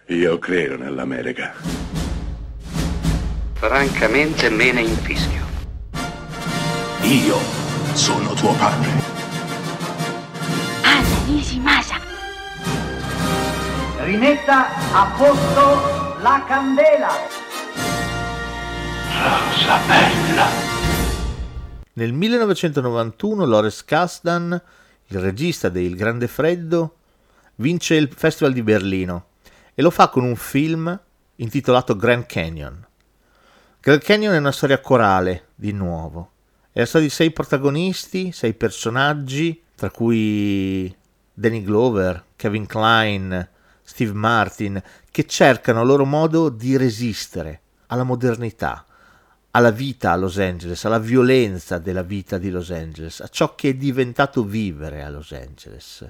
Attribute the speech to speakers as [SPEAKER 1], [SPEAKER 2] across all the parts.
[SPEAKER 1] Io credo nell'America.
[SPEAKER 2] Francamente me ne infischio.
[SPEAKER 3] Io sono tuo padre.
[SPEAKER 4] Anna Nishimasa.
[SPEAKER 5] Rimetta a posto la candela.
[SPEAKER 3] Rosa bella.
[SPEAKER 6] Nel 1991 Lawrence Kasdan, il regista di Il Grande Freddo, vince il Festival di Berlino e lo fa con un film intitolato Grand Canyon. Grand Canyon è una storia corale, di nuovo. È la storia di 6 protagonisti, 6 personaggi, tra cui Danny Glover, Kevin Kline, Steve Martin, che cercano a loro modo di resistere alla modernità, alla vita a Los Angeles, alla violenza della vita di Los Angeles, a ciò che è diventato vivere a Los Angeles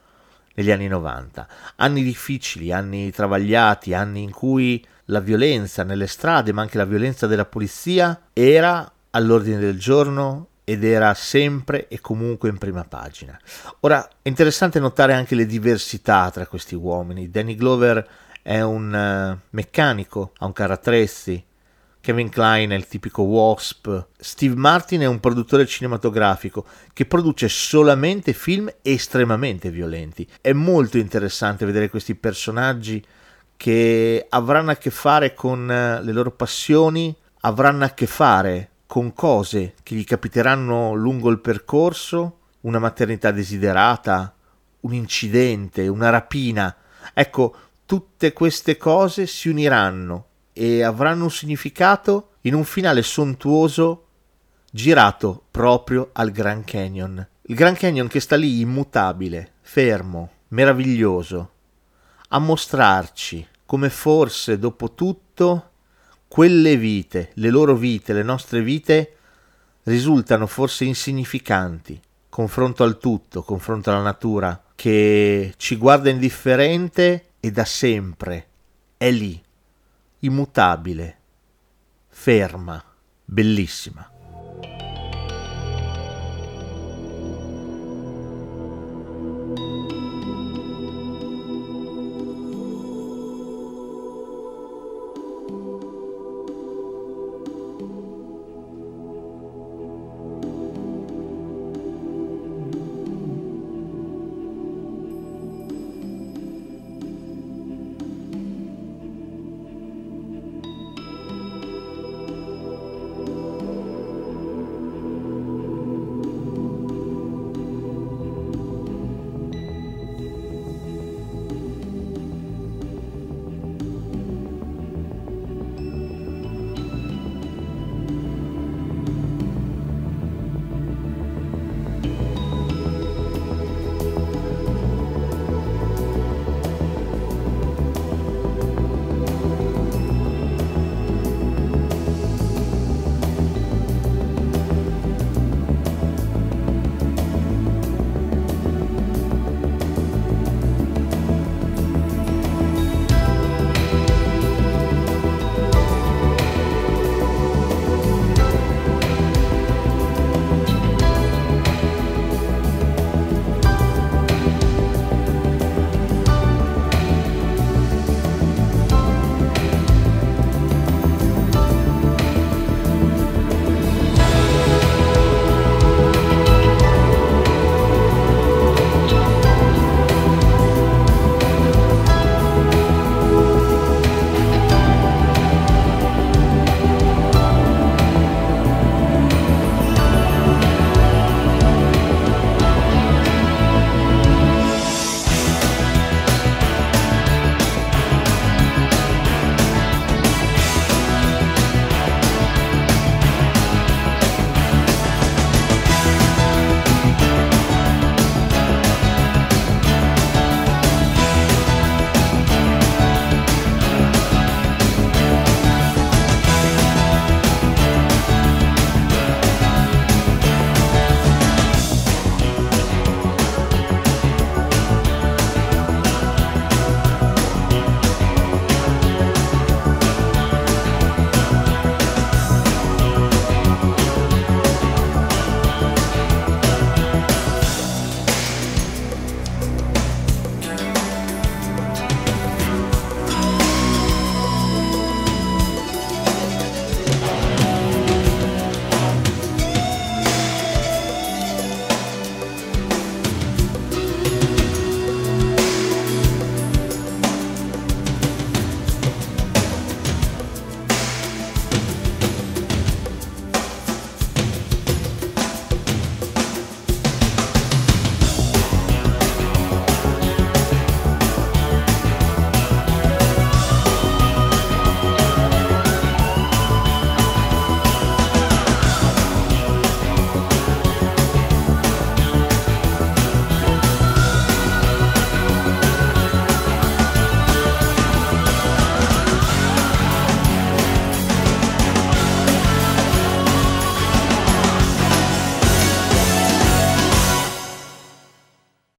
[SPEAKER 6] negli anni 90. Anni difficili, anni travagliati, anni in cui la violenza nelle strade, ma anche la violenza della polizia, era all'ordine del giorno ed era sempre e comunque in prima pagina. Ora, è interessante notare anche le diversità tra questi uomini. Danny Glover è un meccanico, ha un carro attrezzi. Kevin Kline è il tipico wasp. Steve Martin è un produttore cinematografico che produce solamente film estremamente violenti. È molto interessante vedere questi personaggi che avranno a che fare con le loro passioni, avranno a che fare con cose che gli capiteranno lungo il percorso, una maternità desiderata, un incidente, una rapina. Ecco, tutte queste cose si uniranno e avranno un significato in un finale sontuoso girato proprio al Grand Canyon. Il Grand Canyon che sta lì immutabile, fermo, meraviglioso, a mostrarci come forse dopo tutto quelle vite, le loro vite, le nostre vite, risultano forse insignificanti, confronto al tutto, confronto alla natura, che ci guarda indifferente e da sempre è lì, immutabile, ferma, bellissima.